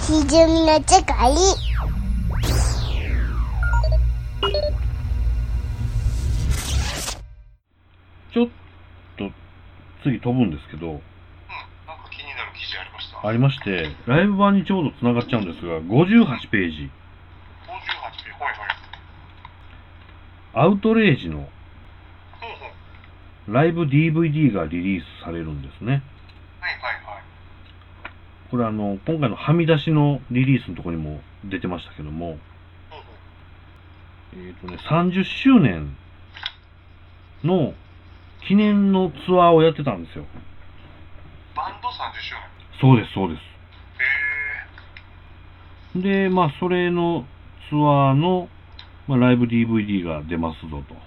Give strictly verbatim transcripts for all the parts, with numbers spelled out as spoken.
ひじゅみの世界。 ちょっと次飛ぶんですけど、うん、 なんか気になる記事ありました？ ありまして、ライブ版にちょうどつながっちゃうんですが、ごじゅうはちページ。 ごじゅうはちページ、はいはい。 アウトレイジのほうほうライブ ディーブイディー がリリースされるんですね。 はいはいはい。 これあの、今回のはみ出しのリリースのところにも出てましたけども、 ほうほう。 えっとね、さんじゅっしゅうねんの記念のツアーをやってたんですよ。 バンドさんじゅっしゅうねん。 そうです、そうです。 へで、まあ、それのツアーの、まあ、ライブ ディーブイディー が出ますぞと。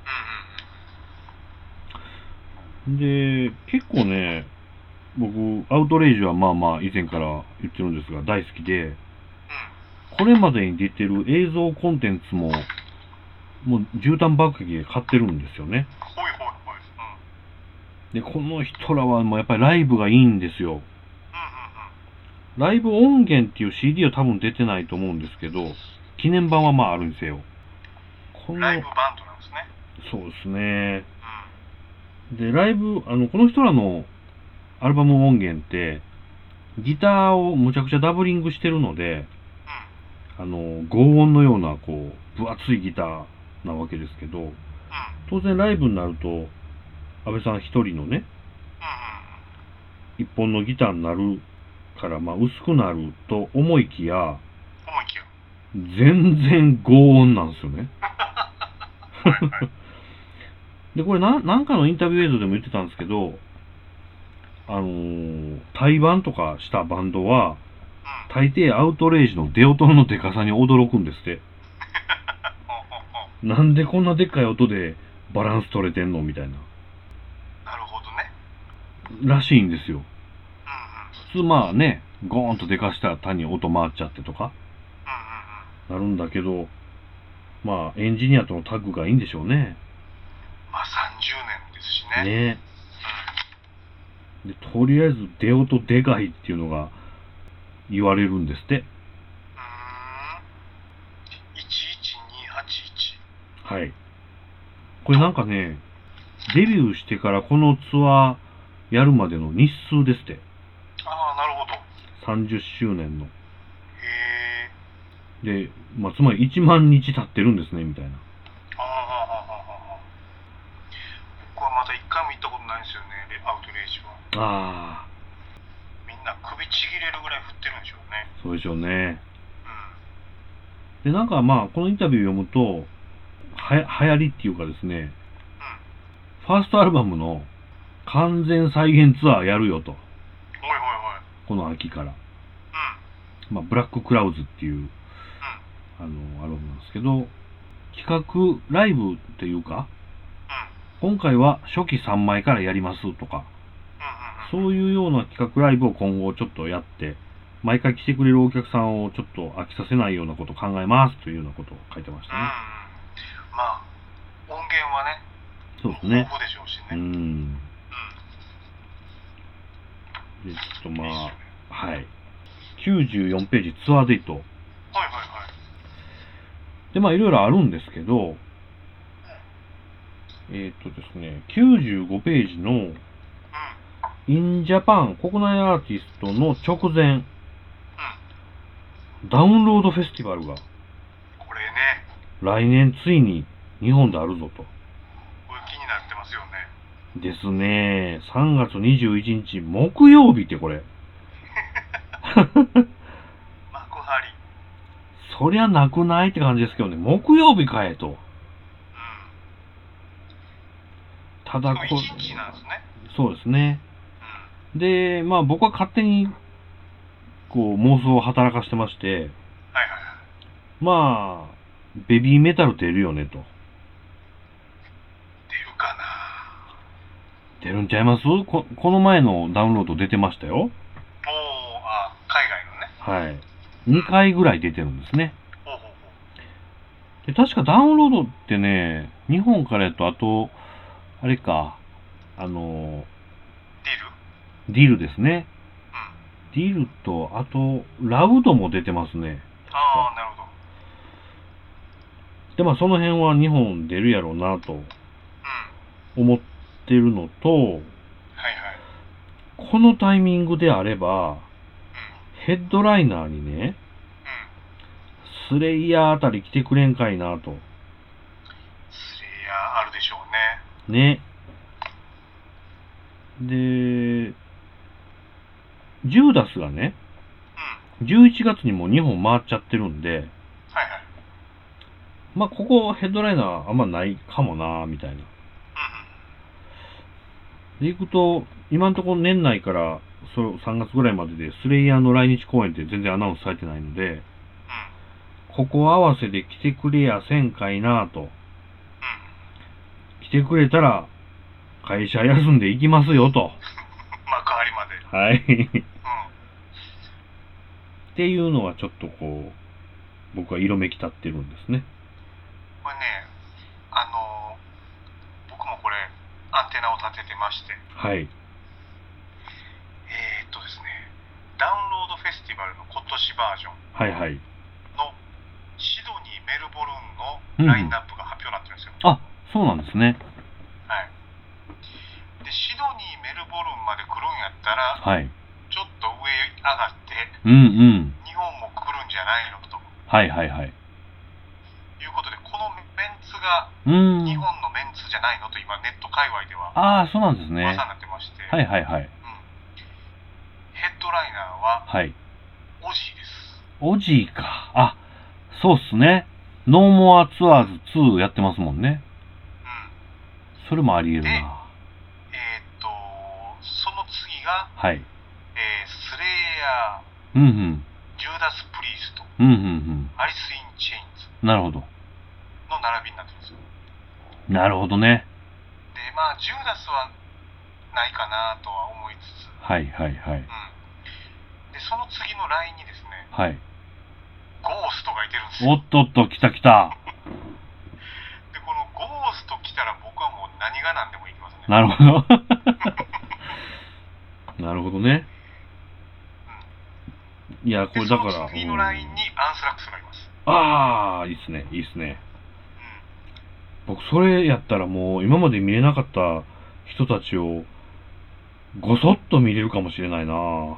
ー。うんうん。 で、結構ね、僕、アウトレイジはまあまあ以前から言ってるんですが大好きで、 うん。 これまでに出てる映像コンテンツも、もう絨毯爆撃で買ってるんですよね。 ほいほいほい。 で、この人らはもうやっぱりライブがいいんですよ。 うんうんうん。 ライブ音源っていう シーディー は多分出てないと思うんですけど、記念版はまああるんですよ。このライブバンドなんですね。 そうですね。 うん。 で、ライブ、あの、この人らのアルバム音源って、ギターをむちゃくちゃダブリングしてるので、あの、轟音のような、こう、分厚いギターなわけですけど、 うん。うん。 当然ライブになると、安倍さん一人のね、 うんうん。 一本のギターになるから、まあ、薄くなると思いきや、 思いきや。 全然轟音なんですよね。 はいはい。 で、これな、なんかのインタビュー映像でも言ってたんですけど、あのー、対バンとかしたバンドは、 うん。 大抵アウトレイジの出音のでかさに驚くんですって。 ほうほうほう。 なんでこんなでっかい音でバランス取れてんのみたいな。 なるほどね。 らしいんですよ。 うんうん。 普通まあね、ゴーンとでかしたら単に音回っちゃってとか、 うんうんうん。 なるんだけど、まあエンジニアとのタッグがいいんでしょうね。 まあさんじゅうねんですしね。 ねで、とりあえず出音でかいっていうのが言われるんですって。 うーん。いちいちにはちいち。 はい。これなんかね、デビューしてからこのツアーやるまでの日数ですって。 ああ、なるほど。 さんじゅっしゅうねんの。 へえ。 で、まあ、つまりいちまんにち経ってるんですね、みたいな。 ああ、はあはあはあはあ。僕はまだ一回も行ったことないんですよね、アウトレイジは。 ああ、 みんな首ちぎれるぐらい振ってるんでしょうね。 そうでしょうね。 うん。 で、なんかまあ、このインタビューを読むと、はや、流行りっていうかですね、ファーストアルバムの完全再現ツアーやるよと。 ほいほいほい。 この秋から。 うん。 まあ、ブラッククラウズっていう、 うん。 あの、アルバムなんですけど、企画ライブっていうか、 うん。 今回は初期さんまいからやりますとか、 うん。うん。 そういうような企画ライブを今後ちょっとやって、毎回来てくれるお客さんをちょっと飽きさせないようなことを考えますというようなことを書いてましたね。 うん。まあ、音源はね、 そうですね。 豊富でしょうしね。 ううん。 ん。で、ちょっとまいいっすよあ、 ね。 はい。きゅうじゅうよんページツアーデート。 はいはいはい。 で、まあいろいろあるんですけど、えっとですね、きゅうじゅうごページのうん。 インジャパン国内アーティストの直前、 うん。 ダウンロードフェスティバルがこれね、 来年ついに日本であるぞと。 これ気になってますよね。 ですね。さんがつにじゅういちにち木曜日ってこれ。 幕張。 そりゃなくないって感じですけどね。木曜日かえと。 うん。 ただこれ。 いちにちなんですね。 そうですね。 うん。 で、まあ僕は勝手にこう妄想を働かしてまして、 はいはいはい。 まあ、ベビーメタル出るよねと。 出るかな。 出るんちゃいます？こ、この前のダウンロード出てましたよ。 おー、あ、海外のね。 はい。にかいぐらい出てるんですね。 ほうほうほう。 で、確かダウンロードってね、日本からやと、あと、あれか、あの、 ディル？ ディルですね。 ディルと、あと、ラウドも出てますね。 ああ、なるほど。 で、まあ、その辺は日本出るやろうなとうん。 思ってるのと、 はいはい。 このタイミングであれば、 うん。 ヘッドライナーにね、 うん。 スレイヤーあたり来てくれんかいなと。 スレイヤーあるでしょうね。 ね。で、ジューダスがね、 うん。 じゅういちがつにもう日本回っちゃってるんで、 はいはい。 まあ、ここヘッドライナーあんまないかもなみたいな。 うんで、行くと、今のところ年内からそさんがつぐらいまででスレイヤーの来日公演って全然アナウンスされてないので、 うん。 ここ合わせで来てくれやせんかいなと。 うん。 来てくれたら、会社休んで行きますよと。 幕張まで。 はい。 うん。 っていうのはちょっとこう、僕は色めき立ってるんですね。 これね、あのー、僕もこれ、アンテナを立ててまして、 はい。 えー、っとですね、ダウンロードフェスティバルの今年バージョンはいはい。 のシドニー、メルボルンのラインナップが発表になってるんですよ。 あ、そうなんですね。 はい。で、シドニー、メルボルンまで来るんやったら、 はい。 ちょっと上上がって、 うんうん。 日本も来るんじゃないのとはいはいはい。 いうことで、このメンツがうーん。 日本のメンツじゃないのと今、ネット界隈ではああ、そうなんですね。 噂になってまして、 はいはいはい。 うん、ヘッドライナーははい。 オジーです。 オジーか。あ、そうっすね。ノーモアツアーズツーやってますもんね。 うん。 それもあり得るで、えー、 な。 っと、その次が、 はい。 えー、スレイヤうんうん。 ー、ジューダス・プリースト、 うんうんうん。 アリス・イン・チェインズなるほど。 の並びになってるんですよ。 なるほどね。 で、まあ、ジューダスはないかなとは思いつつ、 はいはいはい。 うん。で、その次のラインにですね、 はい。 ゴーストがいてるんですよ。 おっとっと、来た来た。 で、このゴースト来たら僕はもう何が何でもいきますね。 なるほど。なるほどね。いや、こで、 れだから。 その次のラインにアンスラックスがいます。 ああ、いいっすね、いいっすね。 うん。 僕、それやったらもう、今まで見れなかった人たちを、ごそっと見れるかもしれないな。 うん。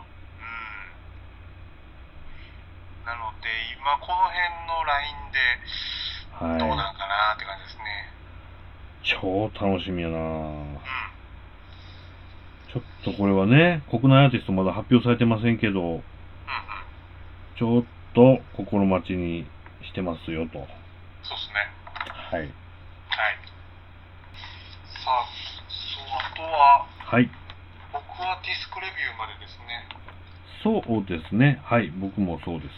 なので、今この辺のラインで、どうはなんかなって感じですね。 い。超楽しみやな。 うん。 ちょっとこれはね、国内アーティストまだ発表されてませんけど、 うんうん。 ちょっと心待ちにしてますよと。 そうですね。 はい。 はい。さあ、そう、あとは、 はい。 僕はディスクレビューまでですね。 そうですね。はい。僕もそうです。 うん。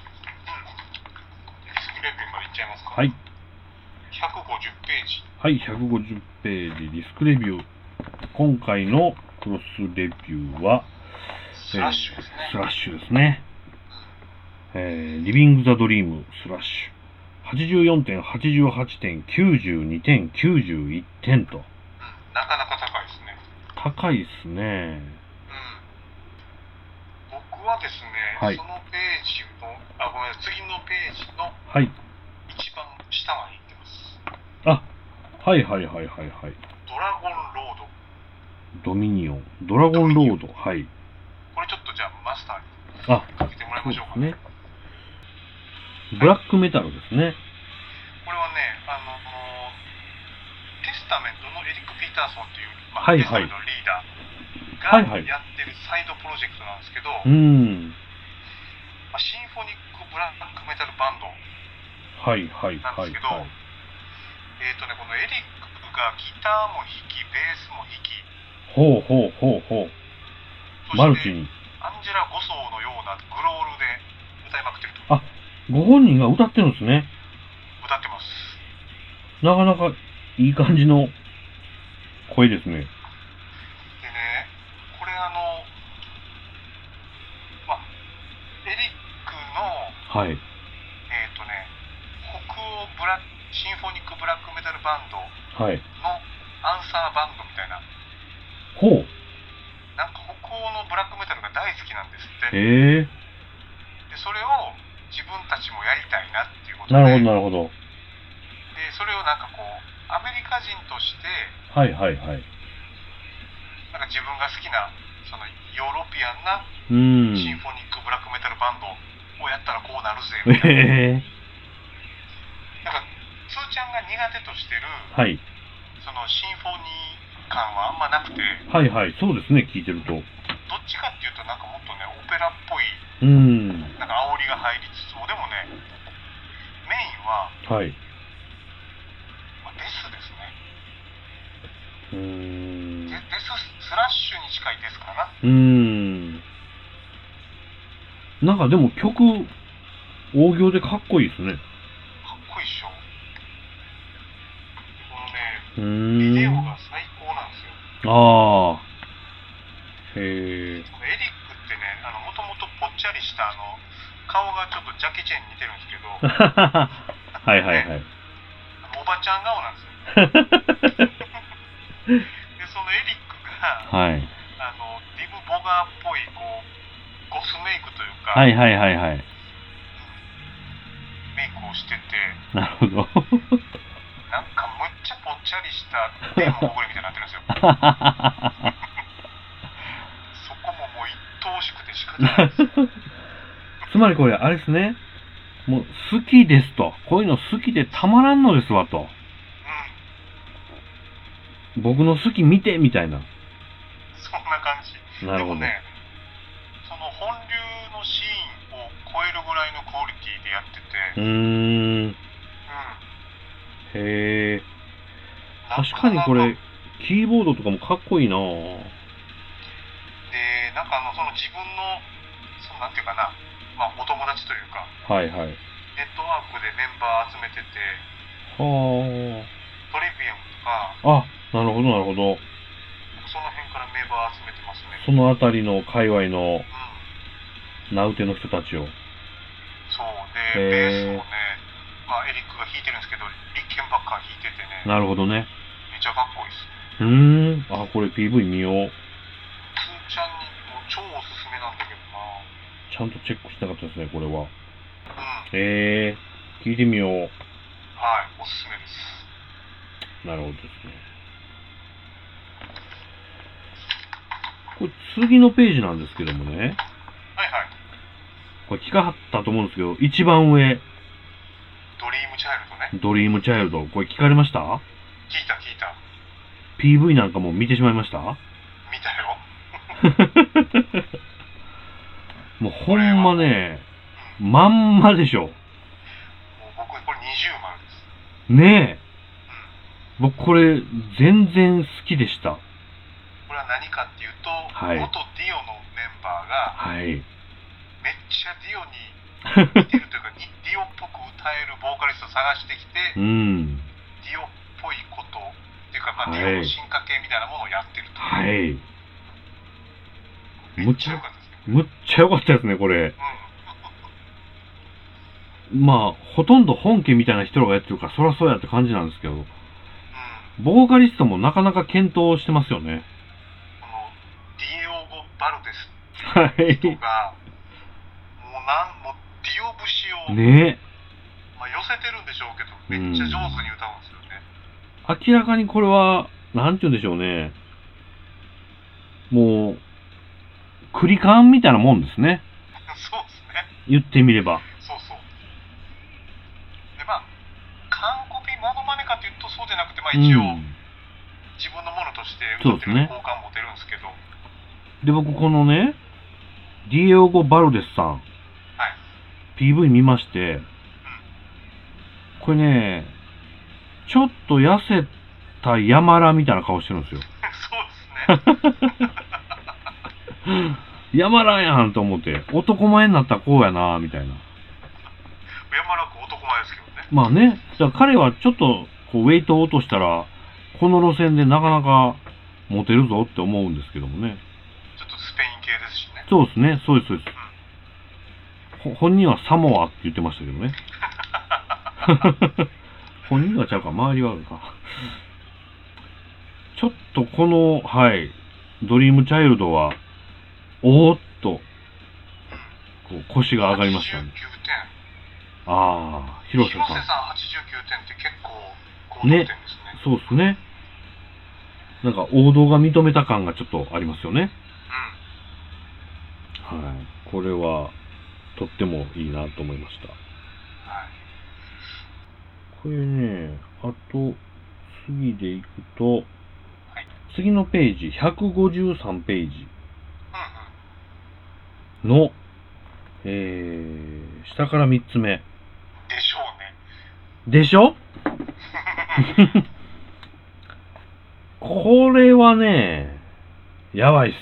ディスクレビューまでいっちゃいますか。 はい。 ひゃくごじゅうページ。 はい。ひゃくごじゅうページディスクレビュー。今回のクロスレビューは、 スラッシュですね。 えースラッシュですね。えー、リビング・ザ・ドリームスラッシュ。はちじゅうよんてん、はちじゅうはちてん、きゅうじゅうにてん、きゅうじゅういってんと。 うん。なかなか高いですね。 高いっすね。 うん。僕はですね、 はいそのページの、あ、ごめんなさい、次のページのはい。 一番下まで行ってます。 あ、はいはいはいはいはい。 ドラゴンロード。 ドミニオン。ドラゴンロード。はい。 これちょっとじゃあマスターにあ、 かけてもらいそうましょうかですね。ブラックメタルですね。 これはね、あの、テスタメントのエリック・ピーターソンっていう、まあはいはいテスタメントのリーダはいはいーがやってるサイドプロジェクトなんですけど、 うーん。 まあ、シンフォニック・ブラックメタルバンドはいはいなんはいですけど、 はい。 えっ、とね、このエリックがギターも弾き、ベースも弾き、 ほうほうほうほう。 そしてマルチに。 アンジェラ・ゴソーのようなグロールで歌いまくってると。 あ、ご本人が歌ってるんですね。 歌ってます。 なかなかいい感じの声ですね。 でね、これあの、まあ、エリックの、 はい。 えっ、とね、北欧ブラシンフォニックブラックメタルバンドはい。 のアンサーバンドみたいな、 ほう。 なんか北欧のブラックメタルが大好きななんですって。 へえ。 でそれを自分たちもやりたいなっていうことなで、 るほどなるほど。 でそれをなんかこうアメリカ人としてはいはいはい。 なんか自分が好きなそのヨーロピアンなうん。 シンフォニックブラックメタルバンドをやったらこうなるぜみたいな。 へえ。 なんかつーちゃんが苦手としてるはい。 そのシンフォニー感はあんまなくて、 はいはい。そうですね、聞いてると。 どっちかっていうとなんかもっとねオペラっぽいうん。 なんか煽りが入りつつも、でもねメインは、 はい。 まあ、デスですね。 うーん。 デデススラッシュに近いデスかな。 うーん。なんかでも曲、大行でかっこいいですね。 かっこいいっしょ。このねうーん。 ビデオが最高なんですよ。 ああ。へえ。 このエリックってね、あのもともとぽっちゃりしたあの顔がちょっとジャッキー・チェンに似てるんですけど、 はいはいはい。 ね、あのおばちゃん顔なんですよ。でそのエリックが、 はい。 あのディム・ボガーっぽいこうゴスメイクというか、 はいはいはいはい。 うん、メイクをしてて、 なるほど。 なんかむっちゃぽっちゃりしたデーモン・ホグレみたいになってるんですよ。そこももう一等しくて仕方ないですよ。 つまりこれ、あれですね。もう、好きですと。こういうの好きでたまらんのですわと。 うん、 僕の好き見て、みたいな。 そんな感じ。 なるほど。 でもね、その本流のシーンを超えるぐらいのクオリティでやってて、 うーん。 うん、 へえ。 な確かにこれ、キーボードとかもかっこいいなぁ。 で、なんかあの、その自分の、そのなんていうかな、まあお友達というか、 はいはい。 ネットワークでメンバー集めてて、 はトリビアムとか、 あ。あ、なるほどなるほど。 その辺からメンバー集めてますね。 そのあたりの界隈のうん、 名うての人たちを。 そうで、ベースもね、まあエリックが弾いてるんですけど、リッケンバッカー弾いててね、 なるほどね。 めちゃかっこいいですね。 うーん。あ、これ ピーブイ 見よう。 つーちゃんにもう超おすすめなんだけどな。 ちゃんとチェックしなかったですね、これは。 うん。 えー、聞いてみよう。 はい、おすすめです。 なるほどですね。これ次のページなんですけどもね。 はいはい。 これ聞かはったと思うんですけど、一番上、 ドリームチャイルドね。 ドリームチャイルド。これ聞かれました？ 聞いた聞いた。 ピーブイ なんかも見てしまいました？ 見たよ。 もうほんまね、まんまでしょ。 もう僕これにじゅうまるです。 ねえ。 うん。 僕これ全然好きでした。 これは何かっていうと、 はい元ディオのメンバーがはい。 めっちゃディオに似てるというかにディオっぽく歌えるボーカリストを探してきて、 うん。 ディオっぽいことっていうか、まあ、 はいディオの進化系みたいなものをやってると。 はい。 めっちゃ良かったですね。 むっちゃ良かったですね、これ。 うん。 まあ、ほとんど本家みたいな人がやってるから、そりゃそうやって感じなんですけど、 うん。 ボーカリストもなかなか検討してますよね。 このディエオゴ・バルデスはっていう人い。 が、もうなんもうディオ節を、 ねまあ、寄せてるんでしょうけど、めっちゃ上手に歌うんですよね。 明らかにこれは、なんて言うんでしょうね。もう、クリカンみたいなもんですね。 そうですね。 言ってみれば。 そうそう。で、まあ、完コピモノマネかというとそうじゃなくて、まあ一応、 うん自分のものとしてそうですね歌ってる好感を持てるんですけど、 で、僕このね、ディエオゴ・バルデスさん、 はい。 ピーブイ 見まして、これね、ちょっと痩せたヤマラみたいな顔してるんですよ。 そうですね。 ヤマラやんと思って、男前になったらこうやなみたいな。 山らく男前ですけどね。 まあね、だから彼はちょっとこうウェイトを落としたら、この路線でなかなかモテるぞって思うんですけどもね。 ちょっとスペイン系ですしね。 そうですね、そうです、そうです。ほ本人はサモアって言ってましたけどね。本人はちゃうか、周りはあるか。ちょっとこの、はい、ドリームチャイルドは、おーっと、 こう腰が上がりましたね。 はちじゅうきゅうてん。 ああ、広瀬さん。 広瀬さんはちじゅうきゅうてんって結構高得点ですね。 そうですね。なんか王道が認めた感がちょっとありますよね。 うん。 はい。これはとってもいいなと思いました。 はい。 これね、あと次でいくと、 はい、 次のページ、ひゃくごじゅうさんページうんうん。 の、えー、下からみっつめ。 でしょうね。 でしょこれはね、やばいっす。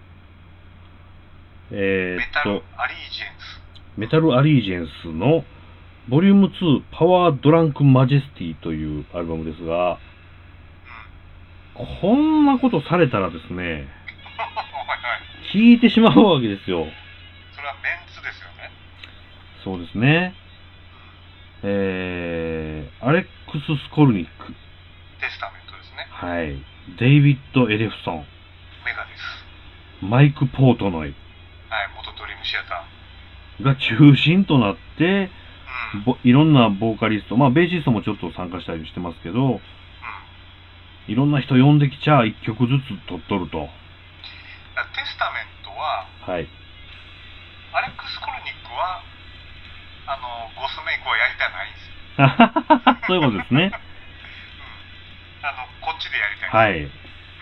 えー、っと、 メタルアリージェンス。 メタルアリージェンスのボリュームツーパワードランクマジェスティというアルバムですが、 うん。 こんなことされたらですね、 はいはい。 聞いてしまうわけですよ。 それはメンツですよね。 そうですね。えー、アレックス・スコルニック。 テスタメントですね。 はい。デイビッド・エレフソン。 メガです。 マイク・ポートノイはい、元ドリームシアター。 が中心となって、 うん。 ぼいろんなボーカリスト、まあベーシストもちょっと参加したりしてますけど、 うん。 いろんな人呼んできちゃ一曲ずつ取っとると。 テスタメントは、 はい。 アレックス・コルニックは、あの、ゴスメイクはやりたないんですよ。 そういうことですね。 うん。あの、こっちでやりたい。 はい。 うん。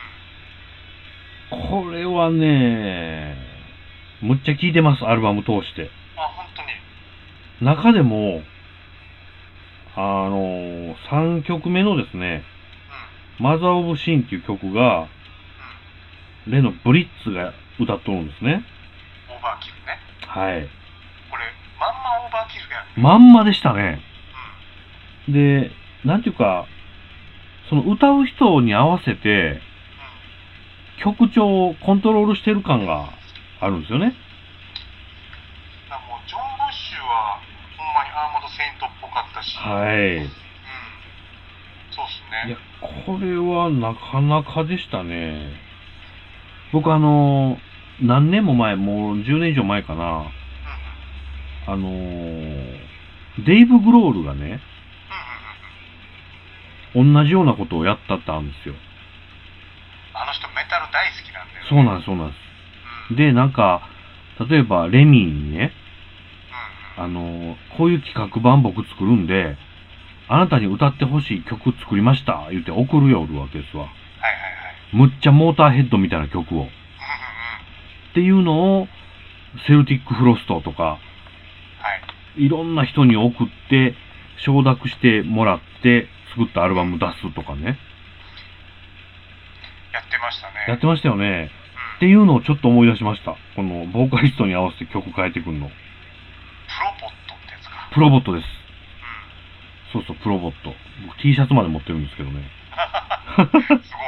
これはね、むっちゃ聴いてます、アルバム通して。 あ、本当に。 中でも、あの、さんきょくめのですね、 うん。 マザー・オブ・シーンっていう曲が、 うん。 例のブリッツが歌っとるんですね。 オーバーキルね。 はい。 これ、まんまオーバーキルやん。 まんまでしたね。 うん。 で、なんていうか、その歌う人に合わせて、 うん。 曲調をコントロールしてる感があるんですよね。 だからもうジョン・ブッシュはほんまにアーモンド・セイントっぽかったし、 はい。 うん、そうっすね。 いや、これはなかなかでしたね。僕あの、何年も前、もうじゅうねん以上前かな、 うんうん、 あのー、デイブ・グロールがね、 うんうんうんうん、 同じようなことをやったってあるんですよ。 あの人メタル大好きなんだよね。 そうなんです、そうなんです。 うん、 で、なんか、例えばレミーにね、 うんうん、 あのー、こういう企画版僕作るんで、あなたに歌ってほしい曲作りました言って送るよるわけですわ。 はいはいはい。 むっちゃモーターヘッドみたいな曲を。 うんうんうん、 っていうのを、セルティックフロストとか、 はい。 いろんな人に送って、承諾してもらって作ったアルバム出すとかね。 やってましたね。 やってましたよね。 うん、 っていうのをちょっと思い出しました。このボーカリストに合わせて曲変えてくるの。 プロボットってやつか。 プロボットです。 うん。 そうそう、プロボット。僕 T シャツまで持ってるんですけどね。 すごい。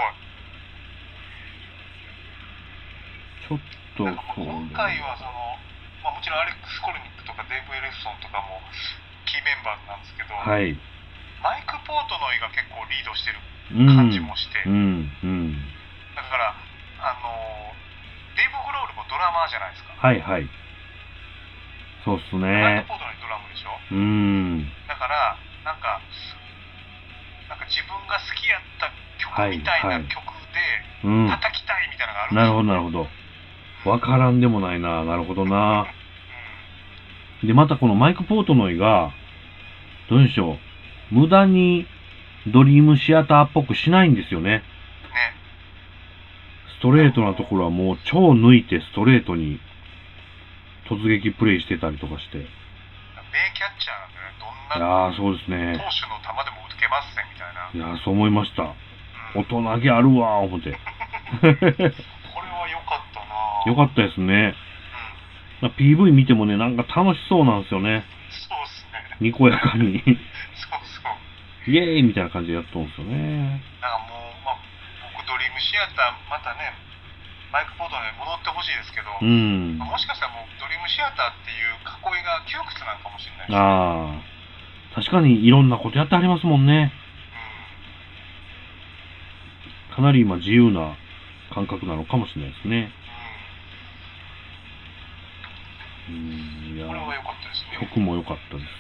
ちょっと、 なんかそう今回はその、まあ、もちろんアレックス・コルニックとかデーブ・エレフソンとかもキーメンバーなんですけど、 はい。 マイク・ポートノイが結構リードしてるうん。 感じもして、 うん、うん。 だからあのデーブ・グロールもドラマーじゃないですか。 はい、はい。そうっすマね。 イク・ポートノイドラムでしょ。 うん。 だからなんかなんか自分が好きやった曲みたいな曲でうん。 叩きたいみたいなのがあるんですよ。 なるほど、なるほど。わからんでもないな。なるほどな。 うん、 で、またこのマイク・ポートノイが、どうでしょう。無駄にドリームシアターっぽくしないんですよね。 ね。 ストレートなところはもう超抜いてストレートに突撃プレイしてたりとかして。 名キャッチャーなんでね、どんいなやー、そうです投ね。 手の球でも打てますねみたいな。 いやー、そう思いました。 うん、 大人げあるわー、思って。 これは良かったなぁ。 よかったですね。 うん、 ピーブイ 見てもね、なんか楽しそうなんですよね。 そうっすね。 にこやかに。 そうそう。 イエーイみたいな感じでやっとるんですよね。 なんかもう、まあ、僕ドリームシアターまたね、マイク・ポートノイに戻ってほしいですけど、 うん。 もしかしたらもうドリームシアターっていう囲いが窮屈なのかもしれないし、 ああ。確かにいろんなことやってありますもんね。 うん、 かなり今自由な感覚なのかもしれないですね。 うん、 うん。いいやこれは良かったですね。 曲も良かったです。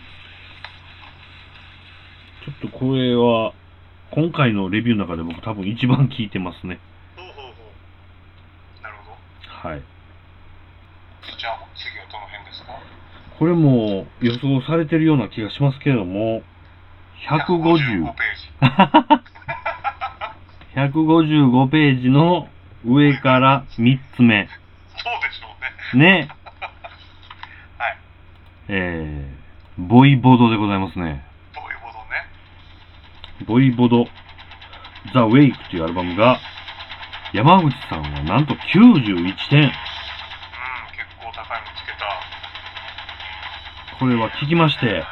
ちょっとこれは、今回のレビューの中で僕多分一番聴いてますね。 ほうほうほう。なるほど。 はい。 じゃあ次はどの辺ですか？ これも予想されてるような気がしますけれども、ひゃくごじゅう、 ひゃくごじゅうごページ。 ひゃくごじゅうごページの上からみっつめ。 そうでしょうね。 ね。 はい。 えー、ボイボドでございますね。 ボイボドね。 ボイボド、ザ・ウェイクというアルバムが、山口さんはなんときゅうじゅういってん。 うん、結構高いのつけた。 これは聞きまして、 はいはい。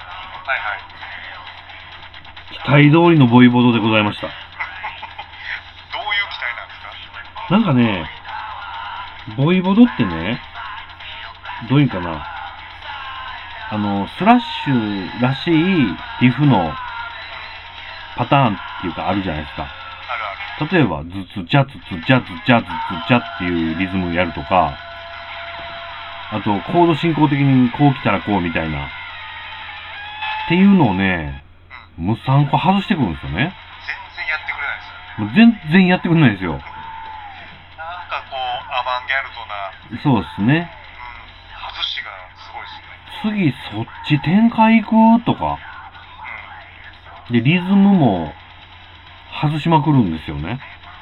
期待通りのボイボドでございました。 どういう期待なんですか？ なんかね、ボイボドってね、どういうんかな、あの、スラッシュらしいリフのパターンっていうかあるじゃないですか。 あるある。 例えば、ズツチャズツチャズチャズツチャっていうリズムやるとか、あと、コード進行的にこう来たらこうみたいな。っていうのをね、もうさんこ外してくるんですよね。 全然やってくれないですよね。 もう全然やってくれないんですよ。 なんかこう、アバンギャルドな、 そうですね。 うん、外しがすごいですね。 次、そっち展開行くとか。で、リズムも外しまくるんですよね。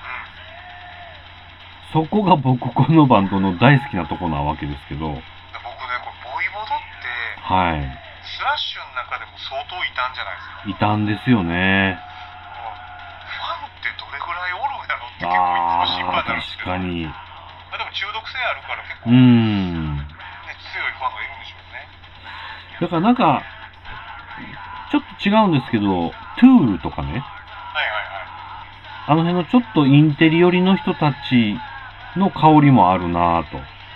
そこが僕このバンドの大好きなとこなわけですけど。 僕ね、これボイボドって、 はい。 スラッシュの中でも相当いたんじゃないですか。 いたんですよね。 ファンってどれぐらいおるんやろって結構いつも心配ああ、 になるんですけど。 確かに。 まあ、でも中毒性あるから結構、 うーん。 ね、強いファンがいるんでしょうね。 だからなんか、ちょっと違うんですけど、トゥールとかね、 はいはいはい。 あの辺のちょっとインテリ寄りの人たちの香りもあるなぁと。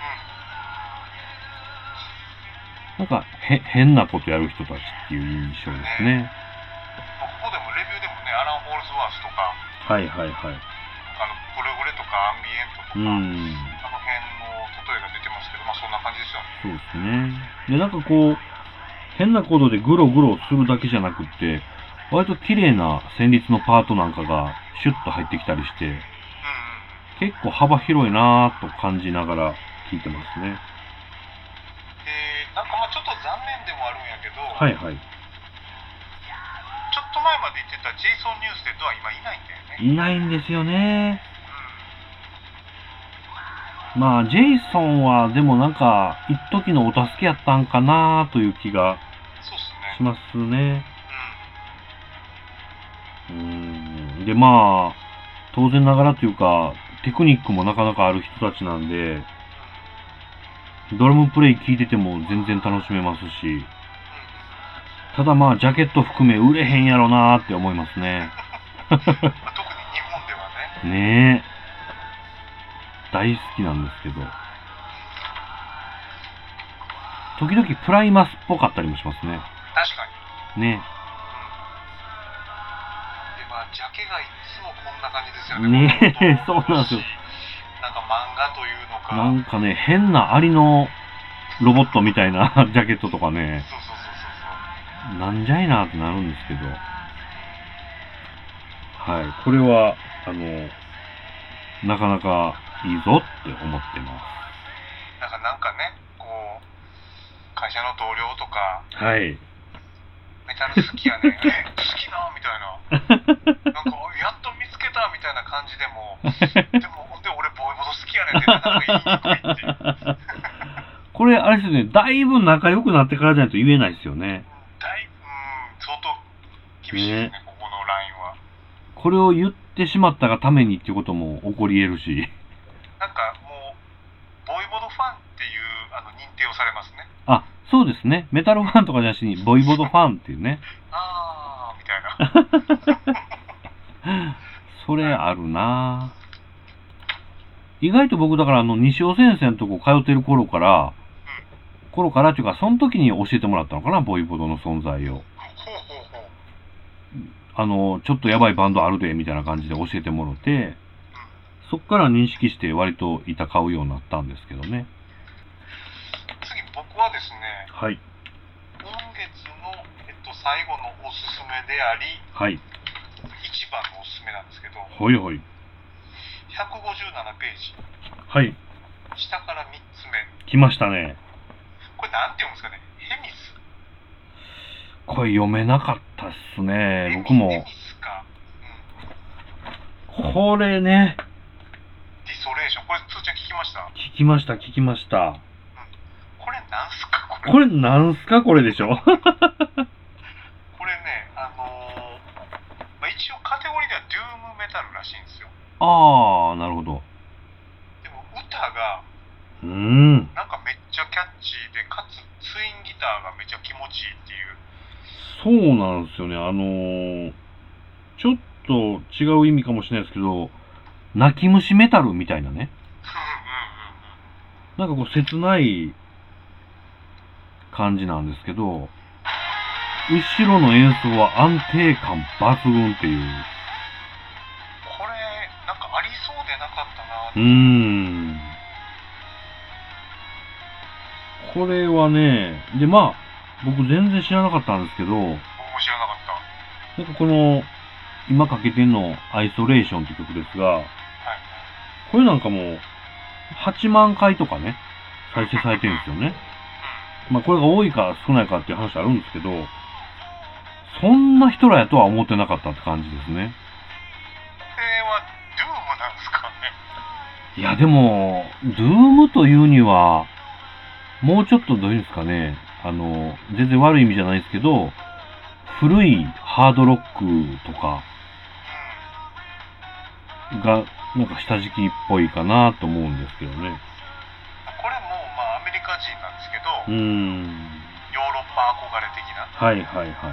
なんかへ、変なことやる人たちっていう印象ですね。 ここでもレビューでもね、アラン・ホールズワースとか、 はいはいはい。 あのプルグレとかアンビエントとか、 うん。 あの辺の例えが出てますけど、まあそんな感じですよね。 そうですね。で、なんかこう、変なコードでグログロするだけじゃなくって、割と綺麗な旋律のパートなんかがシュッと入ってきたりして、 うんうん。 結構幅広いなぁと感じながら聴いてますね。 で、なんかまあちょっと残念でもあるんやけど、 はいはい。 ちょっと前まで言ってたジェイソン・ニューステッドは今いないんだよね。 いないんですよね。まあ、ジェイソンはでもなんか、一時のお助けやったんかなという気がそうっすね。 しますね。 ううーん。で、まあ、当然ながらというか、テクニックもなかなかある人たちなんで、ドラムプレイ聴いてても全然楽しめますし、ただまあ、ジャケット含め売れへんやろなーって思いますね。 ん。特に日本ではね。 ねえ。大好きなんですけど。時々プライマスっぽかったりもしますね。 確かに。 ね。 で、まあ、ジャケがいつもこんな感じですよね。 ねえ、そうなんですよ。 なんか漫画というのか。 なんかね、変なアリのロボットみたいなジャケットとかね、 そうそうそうそうそう。 なんじゃいなってなるんですけど。はい、これは、あの、なかなかいいぞって思ってまなんかなんかね、こう、会社の同僚とか、 す。はい。 メタル好きやねん、え、好きなみたいな。なんか、やっと見つけたみたいな感じでも、でも、ほんで俺、ボイボド好きやねんって、なかなか言いにくいっていう。 これ、あれですよね、だいぶ仲良くなってからじゃないと言えないですよね。 だい、うん、相当厳しいですね、 ねここのラインは。 これを言ってしまったがためにっていうことも起こり得るし。 なんかもう、ボイボドファンっていうあの認定をされますね。 あ、そうですね。メタルファンとかじゃなしに、ボイボドファンっていうね。 あー、みたいな。 それあるなぁ。意外と僕だからあの西尾先生のとこ通ってる頃から、頃からっていうかその時に教えてもらったのかな、ボイボドの存在を。 ほうほうほう。 あの、ちょっとやばいバンドあるで、みたいな感じで教えてもろて、そっから認識して割と板買うようになったんですけどね。 次僕はですね、 はい。 今月の、えっと、最後のおすすめであり、 はい。 一番のおすすめなんですけど、 ほいほい。 ひゃくごじゅうななページ、 はい。 下からみっつめ。 来ましたね。 これなんて読むんですかね、ヘミス。 これ読めなかったっすね。 ヘミ僕もヘミ。スか。うん。 これね、 ディソレーション。これ、つーちゃん聞きました？ 聞きました、聞きました。 これなんすかこれ。 これなんすかこれでしょこれね、あのーまあ、一応カテゴリーではドゥームメタルらしいんですよ。 ああ、なるほど。 でも歌がうーん。 なんかめっちゃキャッチーで、かつツインギターがめっちゃ気持ちいいっていう。 そうなんですよね。あのー、ちょっと違う意味かもしれないですけど、泣き虫メタルみたいなね。なんかこう切ない感じなんですけど、後ろの演奏は安定感抜群っていう。 これなんかありそうでなかったな。 うーん。これはね、でまあ、僕全然知らなかったんですけど、 僕も知らなかった。 なんかこの、今かけてんのアイソレーションって曲ですが、 はい。 これなんかもう、はちまんかいとかね、再生されてるんですよね。まあこれが多いか少ないかっていう話あるんですけど、そんな人らやとは思ってなかったって感じですね。 これはドゥームなんですかね。 いやでも、ドゥームというには、もうちょっとどういうんですかね、あの、全然悪い意味じゃないですけど、古いハードロックとかが、なんか下敷きっぽいかなと思うんですけどね。 これもまあアメリカ人なんですけど、 うーん。 ヨーロッパ憧れ的な。 はいはいはいはい。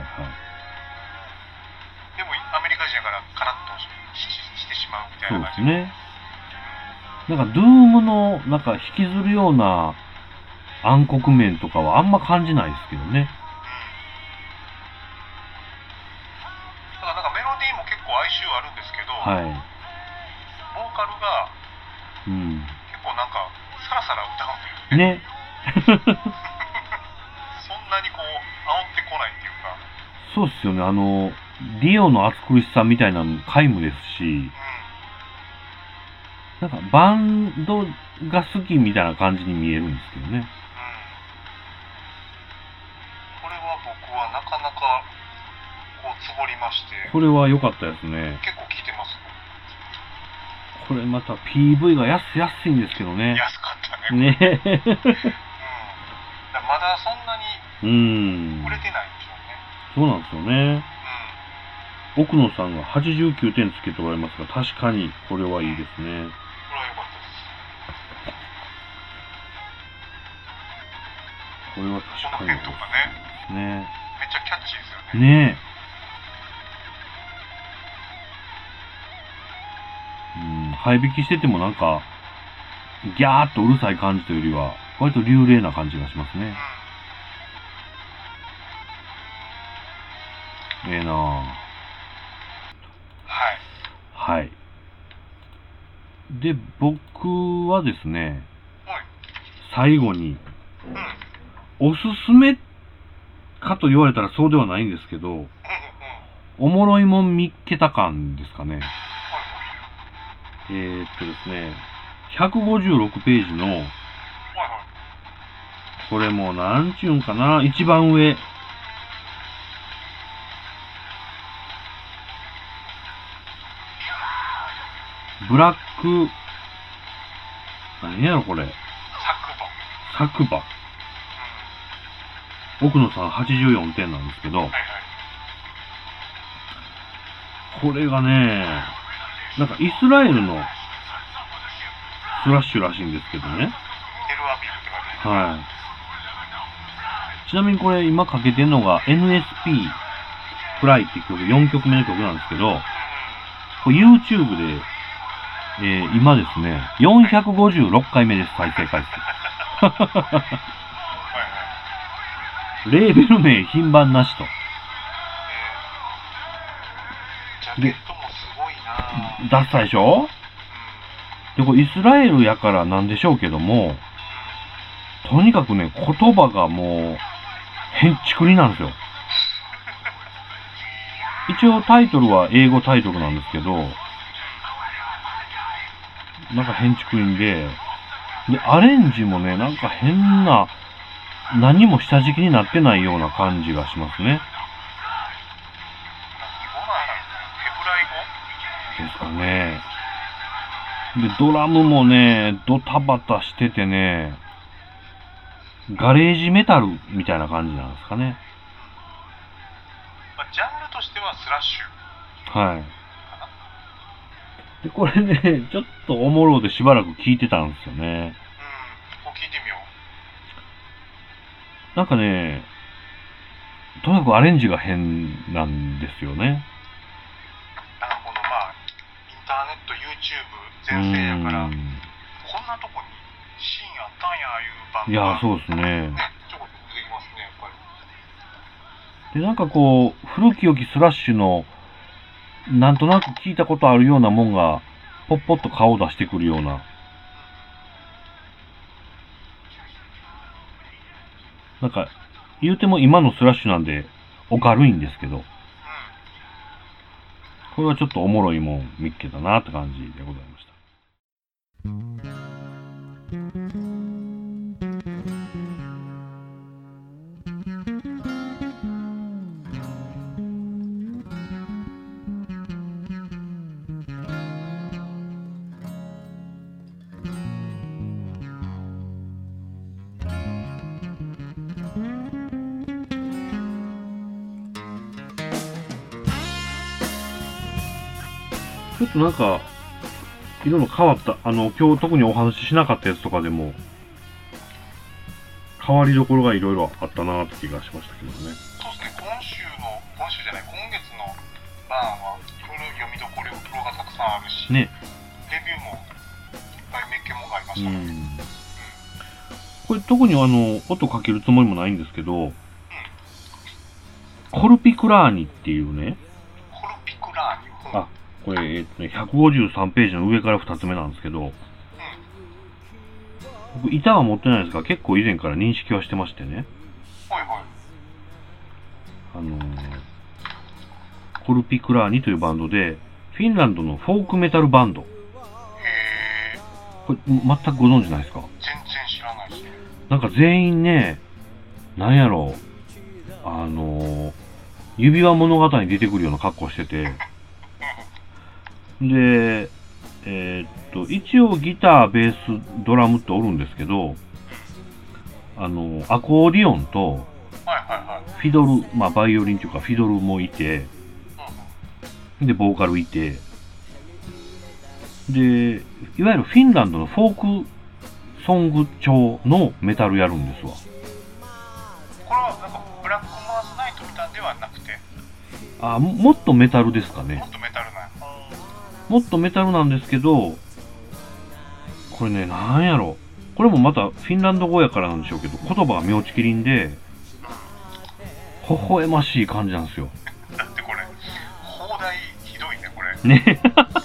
でもアメリカ人やからカラッとししてしまうみたいそうな感じ。 ですね。なんか、ドゥームの、なんか、引きずるような暗黒面とかはあんま感じないですけどね。 だからなんかメロディーも結構哀愁あるんですけど、 はい。 ボーカルがうん。 結構なんかサラサラ歌うんだよね。 ね。 そんなにこう煽ってこないっていうか。 そうっすよね。あの、リオの暑苦しさみたいなの皆無ですし、なんか、バンドが好きみたいな感じに見えるんですけどね。 うん。これは僕はなかなかこうつぼりまして、 これは良かったですね。 結構聴いてます。 これまた ピーブイ が安安いんですけどね。 安かったね。 ね。 うん。だまだそんなにうーん。 売れてないんでしょうね。 そうなんですよね。 うん。 奥野さんがはちじゅうきゅうてんつけておられますが、確かにこれはいいですね。 これは良かったです。 これは確かにこの辺とかね、 ですね。 めっちゃキャッチーですよね。 ねえ。うん、生え引きしててもなんか、ギャーっとうるさい感じというよりは、割と流麗な感じがしますね。ええなぁ。 はい。 はい。で、僕はですね、 はい。 最後に、 うん。 おすすめかと言われたらそうではないんですけど、 うんうんうん。 おもろいもん見っけた感ですかね。 はいえー、っとですね、ひゃくごじゅうろくページの、 はい。はいはい。 これもうなんちゅうんかな、一番上。ブラック、何やろこれ。 昨晩。 昨晩。奥野さんはちじゅうよんてんなんですけど、 はいはい。 これがね、なんかイスラエルのスラッシュらしいんですけどね。 テルアビブって書いてある。 はい。ちなみにこれ今かけてるのが エヌエスピー フライっていう曲、よんきょくめの曲なんですけど、これ YouTube で、えー、今ですね、よんひゃくごじゅうろっかいめです、再生回数。 はいはい。 レーベル名品番なしと。 えー、ジャケットもすごいなぁ。 出したでしょ。で、これイスラエルやからなんでしょうけども、 とにかくね、言葉がもう、へんちくりなんですよ。一応タイトルは英語タイトルなんですけど、なんかへんちくりんで、で、アレンジもね、なんか変な、何も下敷きになってないような感じがしますね。ですかね。で、ドラムもね、ドタバタしててね、ガレージメタルみたいな感じなんですかね。 まあ、ジャンルとしてはスラッシュ。 はい。で、これね、ちょっとおもろでしばらく聞いてたんですよね。 うん、こう聞いてみよなんかね、とにかくアレンジが変なんですよね。 う。なんかこのまあ、インターネット、YouTube 全盛やから、こんなとこにシーンあったんや、いうバンドが。 いや、そうですね。 ね、ちょこちょこ出てきますね、やっぱり。 で、なんかこう、古き良きスラッシュの、なんとなく聞いたことあるようなもんが、ポッポッと顔を出してくるような。なんか、言うても今のスラッシュなんで、お軽いんですけど、これはちょっとおもろいもん見っけたなって感じでございました。ちょっとなんか、いろいろ変わった、あの、今日特にお話ししなかったやつとかでも、変わりどころがいろいろあったなーって気がしましたけどね。 そうですね、今週の、今週じゃない、今月のバーンはいろいろ読みどころがたくさんあるし、 ね。 レビューもいっぱいめっけもんがありましたね。うん。 これ特にあの、音かけるつもりもないんですけど、うん、コルピクラーニっていうね、 コルピクラーニ、うん、 あ、これ、えっとね、ひゃくごじゅうさんページの上からふたつめなんですけど、うん、僕、板は持ってないですが、結構以前から認識はしてましてね。 はいはい。 あのー、コルピクラーニというバンドで、フィンランドのフォークメタルバンド。へー。これ、全くご存知ないですか？ 全然知らないですね。 なんか全員ね、なんやろう、あのー、指輪物語に出てくるような格好してて、で、えー、っと、一応ギター、ベース、ドラムっておるんですけど、あの、アコーディオンと、フィドル、まあ、バイオリンというか、フィドルもいて、で、ボーカルいて、で、いわゆるフィンランドのフォークソング調のメタルやるんですわ。 これは、なんか、ブラックマーズナイトみたいではなくて、 あ、もっとメタルですかね。 もっとメタルなんや。 もっとメタルなんですけど、これね、なんやろ。これもまたフィンランド語やからなんでしょうけど、言葉が妙ちきりんで、微笑ましい感じなんですよ。 だってこれ、放題ひどいね、これ。 ね。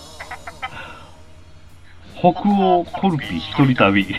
北欧コルピ一人旅。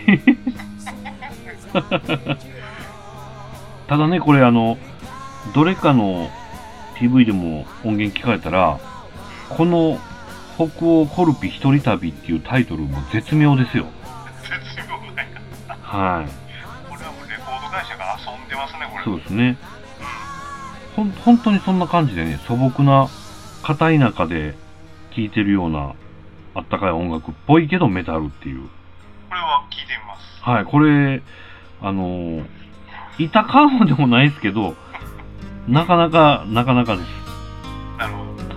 ただね、これあの、どれかの ピーブイ でも音源聞かれたら、この北欧コルピ一人旅っていうタイトルも絶妙ですよ。 絶妙なんや。 はい。 これはもうレコード会社が遊んでますね、これ。 そうですね。ほん、本当にそんな感じでね、素朴な片田舎で聴いてるようなあったかい音楽っぽいけどメタルっていう。 これは聞いてみます。 はい、これ、あのー、板カーもでもないですけど、なかなか、なかなかです。 なるほど。